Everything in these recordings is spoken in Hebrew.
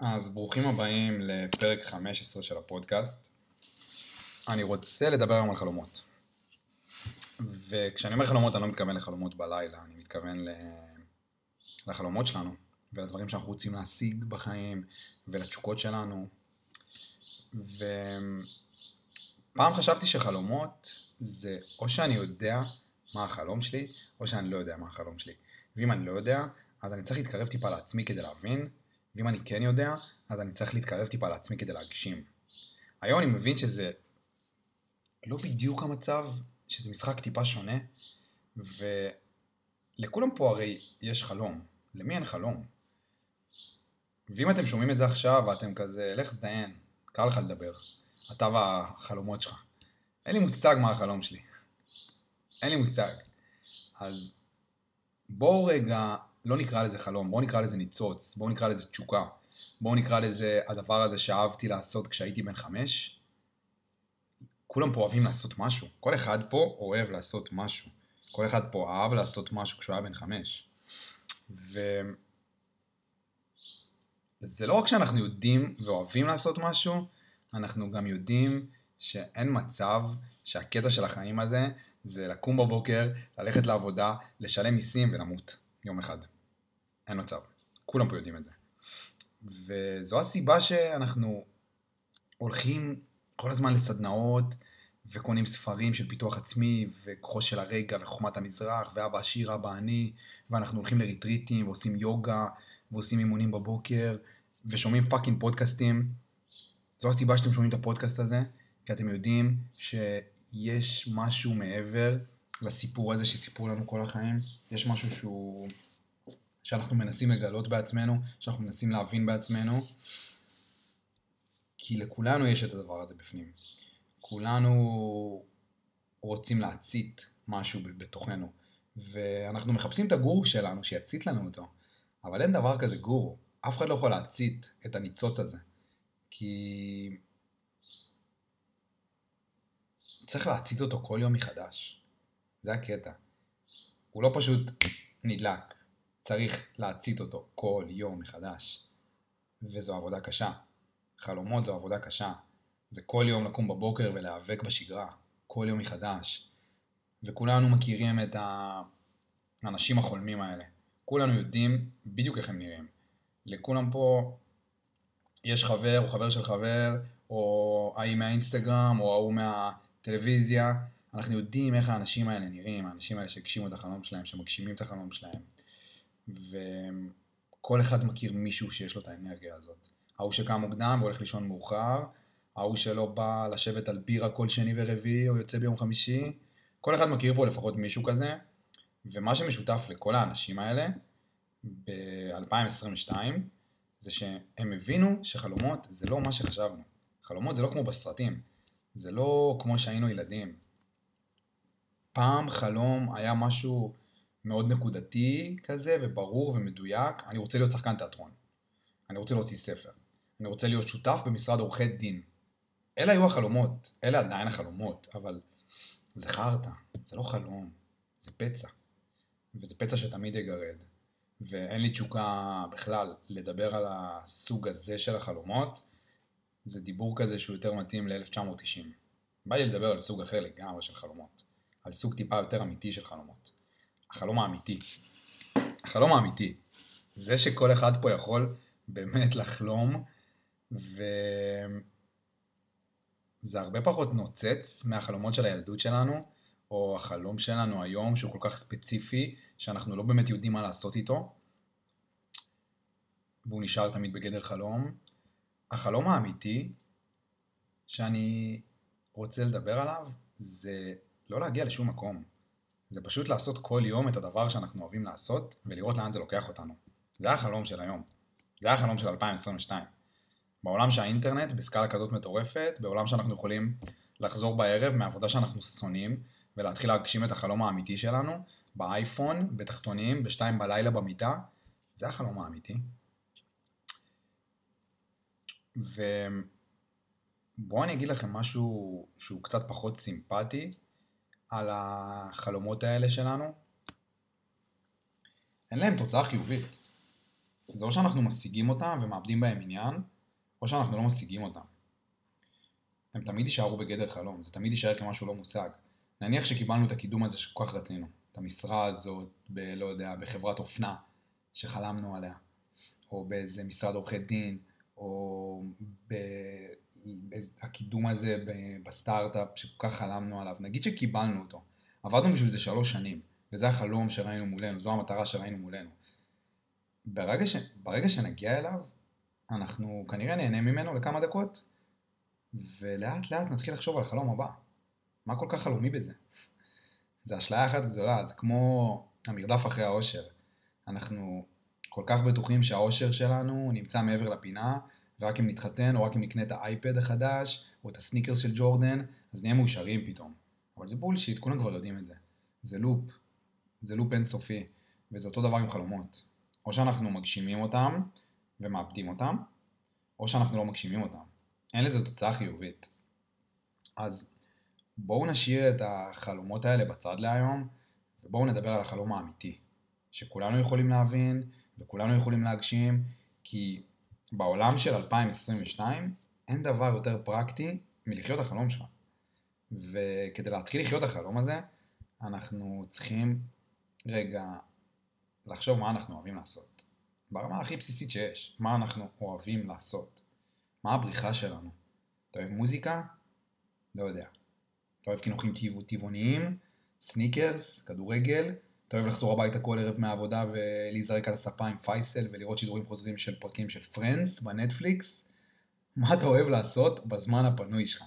אז ברוכים הבאים לפרק 15 של הפודקאסט. אני רוצה לדבר היום על חלומות. וכשאני אומר חלומות, אני לא מתכוון לחלומות בלילה, אני מתכוון לחלומות שלנו, ולדברים שאנחנו רוצים להשיג בחיים, ולתשוקות שלנו. ופעם חשבתי שחלומות זה או שאני יודע מה החלום שלי, או שאני לא יודע מה החלום שלי. ואם אני לא יודע, אז אני צריך להתקרב טיפה לעצמי כדי להבין, ואם אני כן יודע, אז אני צריך להתקרב טיפה לעצמי כדי להגשים. היום אני מבין שזה לא בדיוק המצב, שזה משחק טיפה שונה, ולכולם פה הרי יש חלום. למי אין חלום? ואם אתם שומעים את זה עכשיו, ואתם כזה, לך זדיין, קל לך לדבר. אתה והחלומות שלך. אין לי מושג מה החלום שלי. אין לי מושג. אז בואו רגע, לא נקרא לזה חלום, בואו נקרא לזה ניצוץ, בואו נקרא לזה תשוקה, בואו נקרא לזה הדבר הזה שאהבתי לעשות כשהייתי בן 5. כולם פה אוהבים לעשות משהו. כל אחד פה אוהב לעשות משהו. כל אחד פה אהב לעשות משהו כשהוא היה בן 5. וזה לא רק שאנחנו יודעים ואוהבים לעשות משהו, אנחנו גם יודעים שאין מצב שהקטע של החיים הזה זה לקום בבוקר, ללכת לעבודה, לשלם מיסים ולמות יום אחד. אין מצב. כולם פה יודעים את זה. וזו הסיבה שאנחנו הולכים כל הזמן לסדנאות, וקונים ספרים של פיתוח עצמי, וכוחו של הרגע, וחוכמת המזרח, ואבא עשיר, אבא עני, ואנחנו הולכים לריטריטים, ועושים יוגה, ועושים אימונים בבוקר, ושומעים פאקינג פודקאסטים. זו הסיבה שאתם שומעים את הפודקאסט הזה, כי אתם יודעים שיש משהו מעבר לסיפור הזה שסיפרו לנו כל החיים. יש משהו שאנחנו מנסים לגלות בעצמנו, שאנחנו מנסים להבין בעצמנו, כי לכולנו יש את הדבר הזה בפנים. כולנו רוצים להצית משהו בתוכנו, ואנחנו מחפשים את הגור שלנו שיצית לנו אותו, אבל אין דבר כזה גור. אף אחד לא יכול להצית את הניצוץ הזה, כי צריך להצית אותו כל יום מחדש. זה הקטע. הוא לא פשוט נדלק, צריך להצית אותו כל יום מחדש, וזו עבודה קשה. חלומות זו עבודה קשה. זה כל יום לקום בבוקר ולהיאבק בשגרה, כל יום מחדש. וכולנו מכירים את האנשים החולמים האלה. כולנו יודעים בדיוק איך הם נראים. לכולם פה יש חבר או חבר של חבר, או ההיא מהאינסטגרם, או ההוא מהטלוויזיה. אנחנו יודעים איך האנשים האלה נראים, האנשים האלה שהגשימו את החלום שלהם, שמגשימים את החלום שלהם. וכל אחד מכיר מישהו שיש לו את האנרגיה הזאת. ההוא שקם מוקדם והולך לישון מאוחר, ההוא שלא בא לשבת על בירה כל שני ורביעי או יוצא ביום חמישי, כל אחד מכיר פה לפחות מישהו כזה, ומה שמשותף לכל האנשים האלה ב-2022 זה שהם הבינו שחלומות זה לא מה שחשבנו. חלומות זה לא כמו בסרטים, זה לא כמו שהיינו ילדים. פעם חלום היה משהו מאוד נקודתי כזה וברור ומדויק. אני רוצה להיות שחקן תיאטרון, אני רוצה להוציא ספר, אני רוצה להיות שותף במשרד עורכי דין. אלה היו החלומות, אלה עדיין החלומות, אבל זה חרטה, זה לא חלום, זה פצע. וזה פצע שתמיד יגרד. ואין לי תשוקה בכלל לדבר על הסוג הזה של החלומות. זה דיבור כזה שהוא יותר מתאים ל-1990. בא לי לדבר על סוג אחר לגמרי של חלומות. על סוג טיפה יותר אמיתי של חלומות. החלום האמיתי. החלום האמיתי. זה שכל אחד פה יכול באמת לחלום, זה הרבה פחות נוצץ מהחלומות של הילדות שלנו, או החלום שלנו היום שהוא כל כך ספציפי, שאנחנו לא באמת יודעים מה לעשות איתו, והוא נשאר תמיד בגדר חלום. החלום האמיתי שאני רוצה לדבר עליו, זה לא להגיע לשום מקום. זה פשוט לעשות כל יום את הדבר שאנחנו אוהבים לעשות, ולראות לאן זה לוקח אותנו. זה החלום של היום. זה החלום של 2022. בעולם שהאינטרנט בסקאלה כזאת מטורפת, בעולם שאנחנו יכולים לחזור בערב מעבודה שאנחנו שונאים, ולהתחיל להגשים את החלום האמיתי שלנו, באייפון, בתחתונים, ב2 בלילה במיטה, זה החלום האמיתי. ובואו אני אגיד לכם משהו שהוא קצת פחות סימפטי, על החלומות האלה שלנו. אין להם תוצאה חיובית. זה או שאנחנו משיגים אותם ומאבדים בהם עניין, או שאנחנו לא משיגים אותם. הם תמיד יישארו בגדר חלום, זה תמיד יישאר כמשהו לא מושג. נניח שקיבלנו את הקידום הזה שכל כך רצינו, את המשרה הזאת, לא יודע, בחברת אופנה שחלמנו עליה, או באיזה משרד עורכי דין, או הקידום הזה בסטארט-אפ שכל כך חלמנו עליו. נגיד שקיבלנו אותו, עבדנו בשביל זה 3 שנים, וזה החלום שראינו מולנו, זו המטרה שראינו מולנו. ברגע שנגיע אליו, אנחנו כנראה נהנה ממנו לכמה דקות, ולאט לאט נתחיל לחשוב על החלום הבא. מה כל כך חלומי בזה? זה אשליה אחת גדולה, זה כמו המרדף אחרי האושר. אנחנו כל כך בטוחים שהאושר שלנו נמצא מעבר לפינה, ורק אם נתחתן, או רק אם נקנה את האייפד החדש, או את הסניקרס של ג'ורדן, אז נהיה מאושרים פתאום. אבל זה בולשיט, כולם כבר יודעים את זה. זה לופ אינסופי, וזה אותו דבר עם חלומות. או שאנחנו מגשימים אותם, ומאבדים אותם, או שאנחנו לא מגשימים אותם. אין לזה תוצאה חיובית. אז בואו נשאיר את החלומות האלה בצד להיום, ובואו נדבר על החלום האמיתי, שכולנו יכולים להבין, וכולנו יכולים להגשים, כי בעולם של 2022, אין דבר יותר פרקטי מלחיות החלום שלך. וכדי להתחיל לחיות החלום הזה, אנחנו צריכים רגע לחשוב מה אנחנו אוהבים לעשות. ברמה הכי בסיסית שיש, מה אנחנו אוהבים לעשות. מה הבריחה שלנו? אתה אוהב מוזיקה? לא יודע. אתה אוהב חינוכים טבעוניים? סניקרס? כדורגל? אתה אוהב לחזור הביתה כל ערב מהעבודה ולהיזרק על הספה עם פייסל ולראות שידורים חוזרים של פרקים של פרנדס בנטפליקס? מה אתה אוהב לעשות בזמן הפנוי שלך?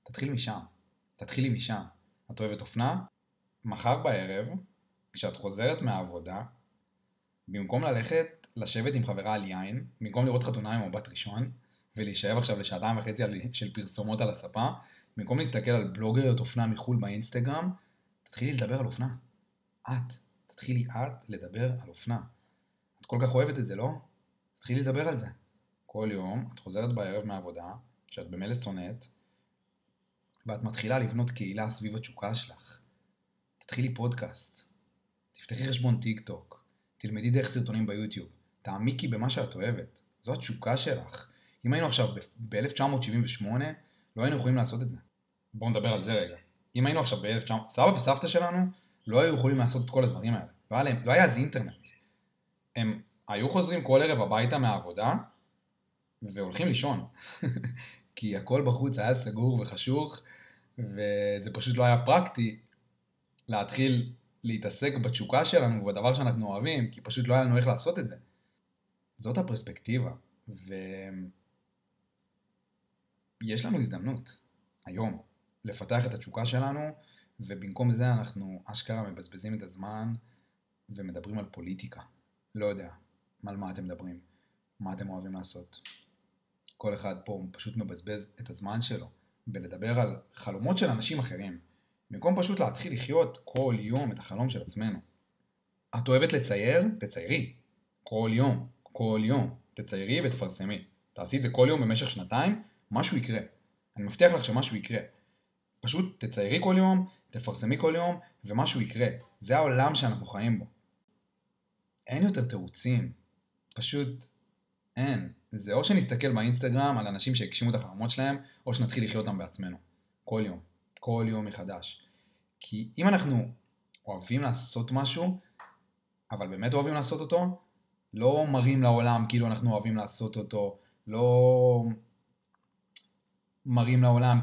תתחילי משם. את אוהבת אופנה? מחר בערב, כשאת חוזרת מהעבודה, במקום ללכת לשבת עם חברה על יין, במקום לראות חתונה עם מבט ראשון, ולהישאב עכשיו לשעתיים וחצי של פרסומות על הספה, במקום להסתכל על בלוגריות אופנה מחול באינסטגרם, תתחילי לדבר על אופנה. תתחילי לדבר על אופנה. את כל כך אוהבת את זה, לא? תתחילי לדבר על זה. כל יום את חוזרת בערב מהעבודה, שאת במילא שונאת, ואת מתחילה לבנות קהילה סביב התשוקה שלך. תתחילי פודקאסט. תפתחי חשבון טיק טוק. תלמדי דרך סרטונים ביוטיוב. תעמיקי במה שאת אוהבת. זו התשוקה שלך. אם היינו עכשיו ב-1978, לא היינו יכולים לעשות את זה. בואו נדבר על זה רגע. אם היינו עכשיו ב-1900, סבא וסבתא שלנו לא היו יכולים לעשות את כל הדברים האלה. לא היה אז אינטרנט. הם היו חוזרים כל ערב הביתה מהעבודה, והולכים לישון. כי הכל בחוץ היה סגור וחשוך, וזה פשוט לא היה פרקטי להתחיל להתעסק בתשוקה שלנו ובדבר שאנחנו אוהבים, כי פשוט לא היה לנו איך לעשות את זה. זאת הפרספקטיבה, ויש לנו הזדמנות היום לפתח את התשוקה שלנו, ובמקום זה אנחנו אשכרה מבזבזים את הזמן ומדברים על פוליטיקה. לא יודע על מה אתם מדברים, מה אתם אוהבים לעשות. כל אחד פה פשוט מבזבז את הזמן שלו בלדבר על חלומות של אנשים אחרים, במקום פשוט להתחיל לחיות כל יום את החלום של עצמנו. את אוהבת לצייר? תציירי. כל יום. תציירי ותפרסמי. תעשי את זה כל יום במשך 2 משהו יקרה. אני מבטיח לך שמשהו יקרה. פשוט תציירי כל יום, תפרסמי כל יום, ומשהו יקרה. זה העולם שאנחנו חיים בו. אין יותר תירוצים. פשוט אין. זה או שנסתכל באינסטגרם על אנשים שהגשימו את החלומות שלהם, או שנתחיל לחיות אותם בעצמנו. כל יום מחדש. כי אם אנחנו אוהבים לעשות משהו, אבל באמת אוהבים לעשות אותו, לא מראים לעולם כאילו אנחנו אוהבים לעשות אותו, לא מראים לעולם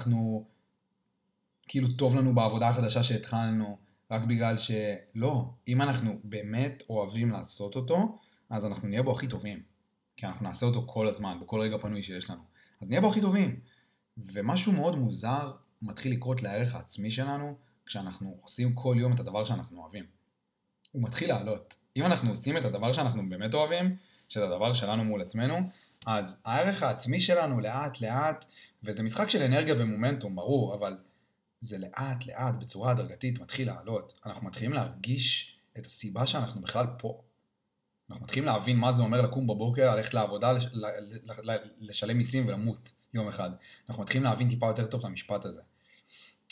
כאילו טוב לנו בעבודה החדשה שהתחלנו, רק בגלל שלא, אם אנחנו באמת אוהבים לעשות אותו, אז אנחנו נהיה בו הכי טובים. כי אנחנו נעשה אותו כל הזמן, בכל רגע פנוי שיש לנו. אז נהיה בו הכי טובים. ומשהו מאוד מוזר מתחיל לקרות לערך העצמי שלנו, כשאנחנו עושים כל יום את הדבר שאנחנו אוהבים. הוא מתחיל לעלות. אם אנחנו עושים את הדבר שאנחנו באמת אוהבים, שזה הדבר שלנו מול עצמנו, אז הערך העצמי שלנו לאט לאט, וזה משחק של אנרגיה ומומנטום, ברור, אבל זה לאט לאט, בצורה הדרגתית, מתחיל לעלות. אנחנו מתחילים להרגיש את הסיבה שאנחנו בכלל פה. אנחנו מתחילים להבין מה זה אומר לקום בבוקר, ללכת לעבודה, לשלם מיסים ולמות יום אחד. אנחנו מתחילים להבין טיפה יותר טוב את המשפט הזה.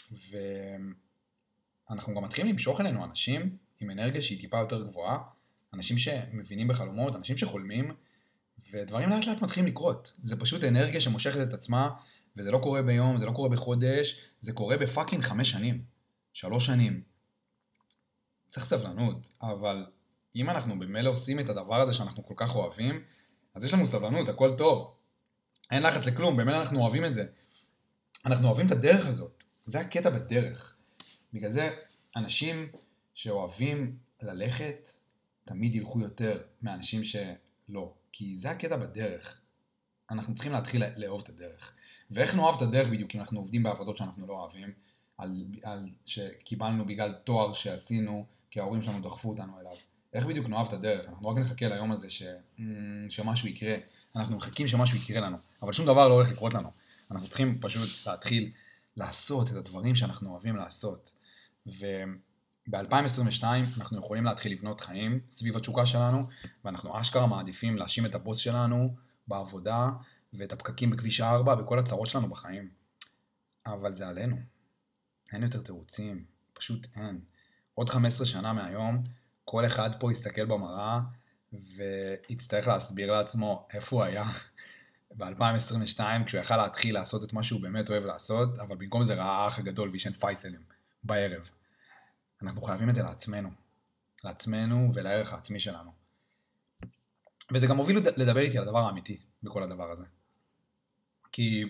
ואנחנו גם מתחילים למשוך אלינו אנשים עם אנרגיה שהיא טיפה יותר גבוהה, אנשים שמבינים בחלומות, אנשים שחולמים, ודברים לאט לאט מתחילים לקרות. זה פשוט אנרגיה שמושכת את עצמה, וזה לא קורה ביום, זה לא קורה בחודש, זה קורה בפאקינג 5 שנים, 3 שנים. צריך סבלנות, אבל אם אנחנו במילא עושים את הדבר הזה שאנחנו כל כך אוהבים, אז יש לנו סבלנות, הכל טוב. אין לחץ לכלום, במילא אנחנו אוהבים את זה. אנחנו אוהבים את הדרך הזאת. זה הקטע בדרך. בגלל זה אנשים שאוהבים ללכת, תמיד ילכו יותר מאנשים שלא. כי זה הקטע בדרך. אנחנו צריכים להתחיל לאהוב את הדרך. ואיך נאהב את הדרך בדיוק אם אנחנו עובדים בעבודות שאנחנו לא אוהבים, על שקיבלנו בגלל תואר שעשינו, כי ההורים שלנו דחפו אותנו אליו. איך בדיוק נאהב את הדרך? אנחנו רק נחכה ליום הזה שמשהו יקרה. אנחנו מחכים שמשהו יקרה לנו. אבל שום דבר לא הולך לקרות לנו. אנחנו צריכים פשוט להתחיל לעשות את הדברים שאנחנו אוהבים לעשות. וב-2022 אנחנו יכולים להתחיל לבנות חיים סביב התשוקה שלנו, ואנחנו אשכרה מעדיפים להאשים את הבוס שלנו בעבודה, ואת הפקקים בכביש 4, וכל הצרות שלנו בחיים. אבל זה עלינו. אין יותר תירוצים, פשוט אין. עוד 15 שנה מהיום, כל אחד פה יסתכל במראה, ויצטרך להסביר לעצמו איפה הוא היה ב-2022, כשהוא יכל להתחיל לעשות את מה שהוא באמת אוהב לעשות, אבל במקום זה ראה האח הגדול וישן פייסלים בערב. אנחנו חייבים את זה לעצמנו ולערך העצמי שלנו. וזה גם מוביל לדבר איתי על הדבר האמיתי בכל הדבר הזה. כי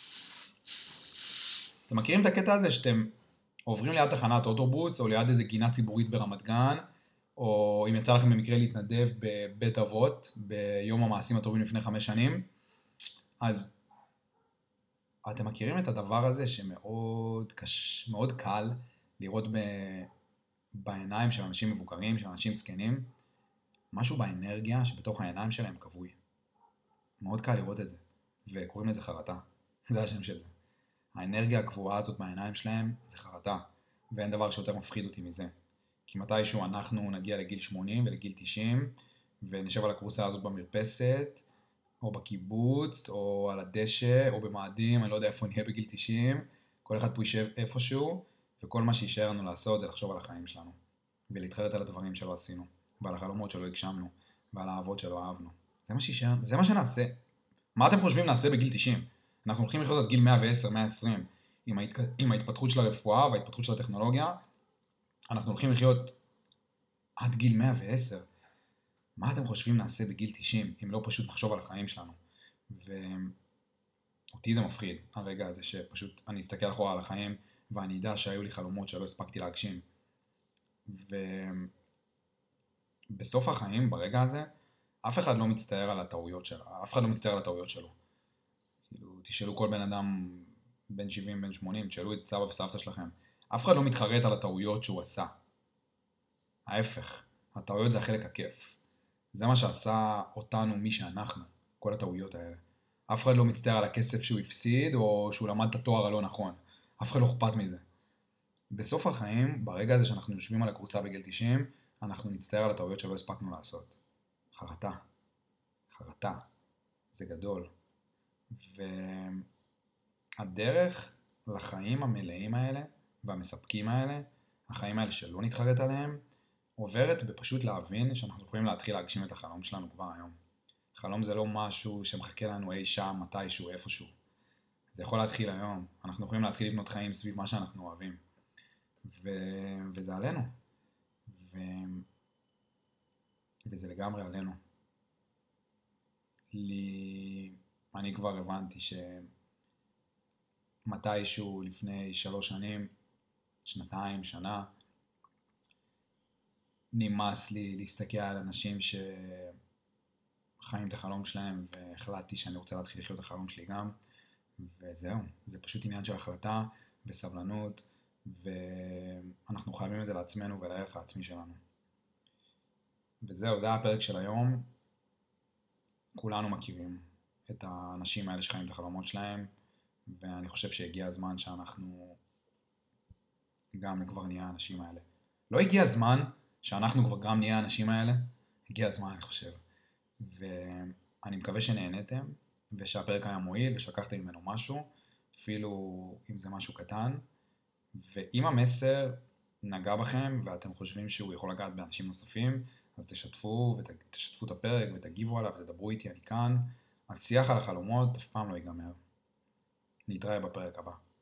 אתם מכירים את הקטע הזה שאתם עוברים ליד תחנת אוטובוס, או ליד איזה גינה ציבורית ברמת גן, או אם יצא לכם במקרה להתנדב בבית אבות, ביום המעשים הטובים לפני 5 שנים, אז אתם מכירים את הדבר הזה שמאוד מאוד קל לראות בעיניים של אנשים מבוגרים, של אנשים זקנים, משהו באנרגיה שבתוך העיניים שלהם קבוי. מאוד קל לראות את זה, וקוראים לזה חרטה. זה השם של זה. האנרגיה הקבועה הזאת בעיניים שלהם זה חרטה, ואין דבר שיותר מפחיד אותי מזה. כי מתישהו אנחנו נגיע לגיל 80 ולגיל 90, ונשב על הקורסה הזאת במרפסת, או בקיבוץ, או על הדשא, או במאדים, אני לא יודע איפה נהיה בגיל 90, כל אחד פה יישב איפשהו, וכל מה שישאר לנו לעשות זה לחשוב על החיים שלנו, ולהתחרט על הדברים שלא עשינו, ועל החלומות שלא הגשמנו, ועל האהבות שלא אהבנו. זה מה שישאר, זה מה שנעשה. מה אתם חושבים נעשה בגיל 90? אנחנו הולכים לחיות עד גיל 110, 120, עם ההתפתחות של הרפואה וההתפתחות של הטכנולוגיה, אנחנו הולכים לחיות עד גיל 110. מה אתם חושבים נעשה בגיל 90, אם לא פשוט נחשוב על החיים שלנו? ואותי זה מפחיד, הרגע הזה שפשוט אני אסתכל אחורה על החיים, ואני אדע שהיו לי חלומות שלא הספקתי להגשים. ובסוף החיים, ברגע הזה, אף אחד לא מצטער על הטעויות שלו, אף אחד לא מצטער על הטעויות שלו. כאילו, תשאלו כל בן אדם בן 70, בן 80, תשאלו את סבא וסבתא שלכם. אף אחד לא מתחרט על הטעויות שהוא עשה. ההפך, הטעויות זה החלק הכיף. זה מה שעשה אותנו מי שאנחנו, כל הטעויות האלה. אף אחד לא מצטער על הכסף שהוא הפסיד, או שהוא למד את התואר הלא נכון. אף אחד לא אכפת מזה. בסוף החיים, ברגע הזה שאנחנו יושבים על הקורסה בגיל 90, אנחנו נצטער על הטעויות שלא הספקנו לעשות. חרטה. חרטה. זה גדול. והדרך לחיים המלאים האלה, והמספקים האלה, החיים האלה שלא נתחרט עליהם, עוברת בפשוט להבין שאנחנו יכולים להתחיל להגשים את החלום שלנו כבר היום. חלום זה לא משהו שמחכה לנו אי שם, מתישהו, איפשהו. זה יכול להתחיל היום. אנחנו יכולים להתחיל לבנות חיים סביב מה שאנחנו אוהבים. וזה עלינו. וזה לגמרי עלינו. אני כבר הבנתי שמתישהו לפני 3 שנים, 2 שנה, נמאס לי להסתכל על אנשים שחיים את החלום שלהם, והחלטתי שאני רוצה להתחיל לחיות את החלום שלי גם, וזהו, זה פשוט עניין של החלטה וסבלנות, ואנחנו חייבים את זה לעצמנו ולערך העצמי שלנו. וזהו, זה היה הפרק של היום. כולנו מכירים את האנשים האלה שחיים את החלומות שלהם, ואני חושב שהגיע הזמן שאנחנו גם כבר נהיה האנשים האלה. לא הגיע הזמן שאנחנו כבר גם נהיה האנשים האלה, הגיע הזמן אני חושב. ואני מקווה שנהנתם, ושהפרק היה מועיל, ושלקחתם ממנו משהו, אפילו אם זה משהו קטן. ואם המסר נגע בכם, ואתם חושבים שהוא יכול לגעת באנשים נוספים, אז תשתפו את הפרק ותגיבו עליו ותדברו איתי, אני כאן. השיח על החלומות אף פעם לא ייגמר. נתראה בפרק הבא.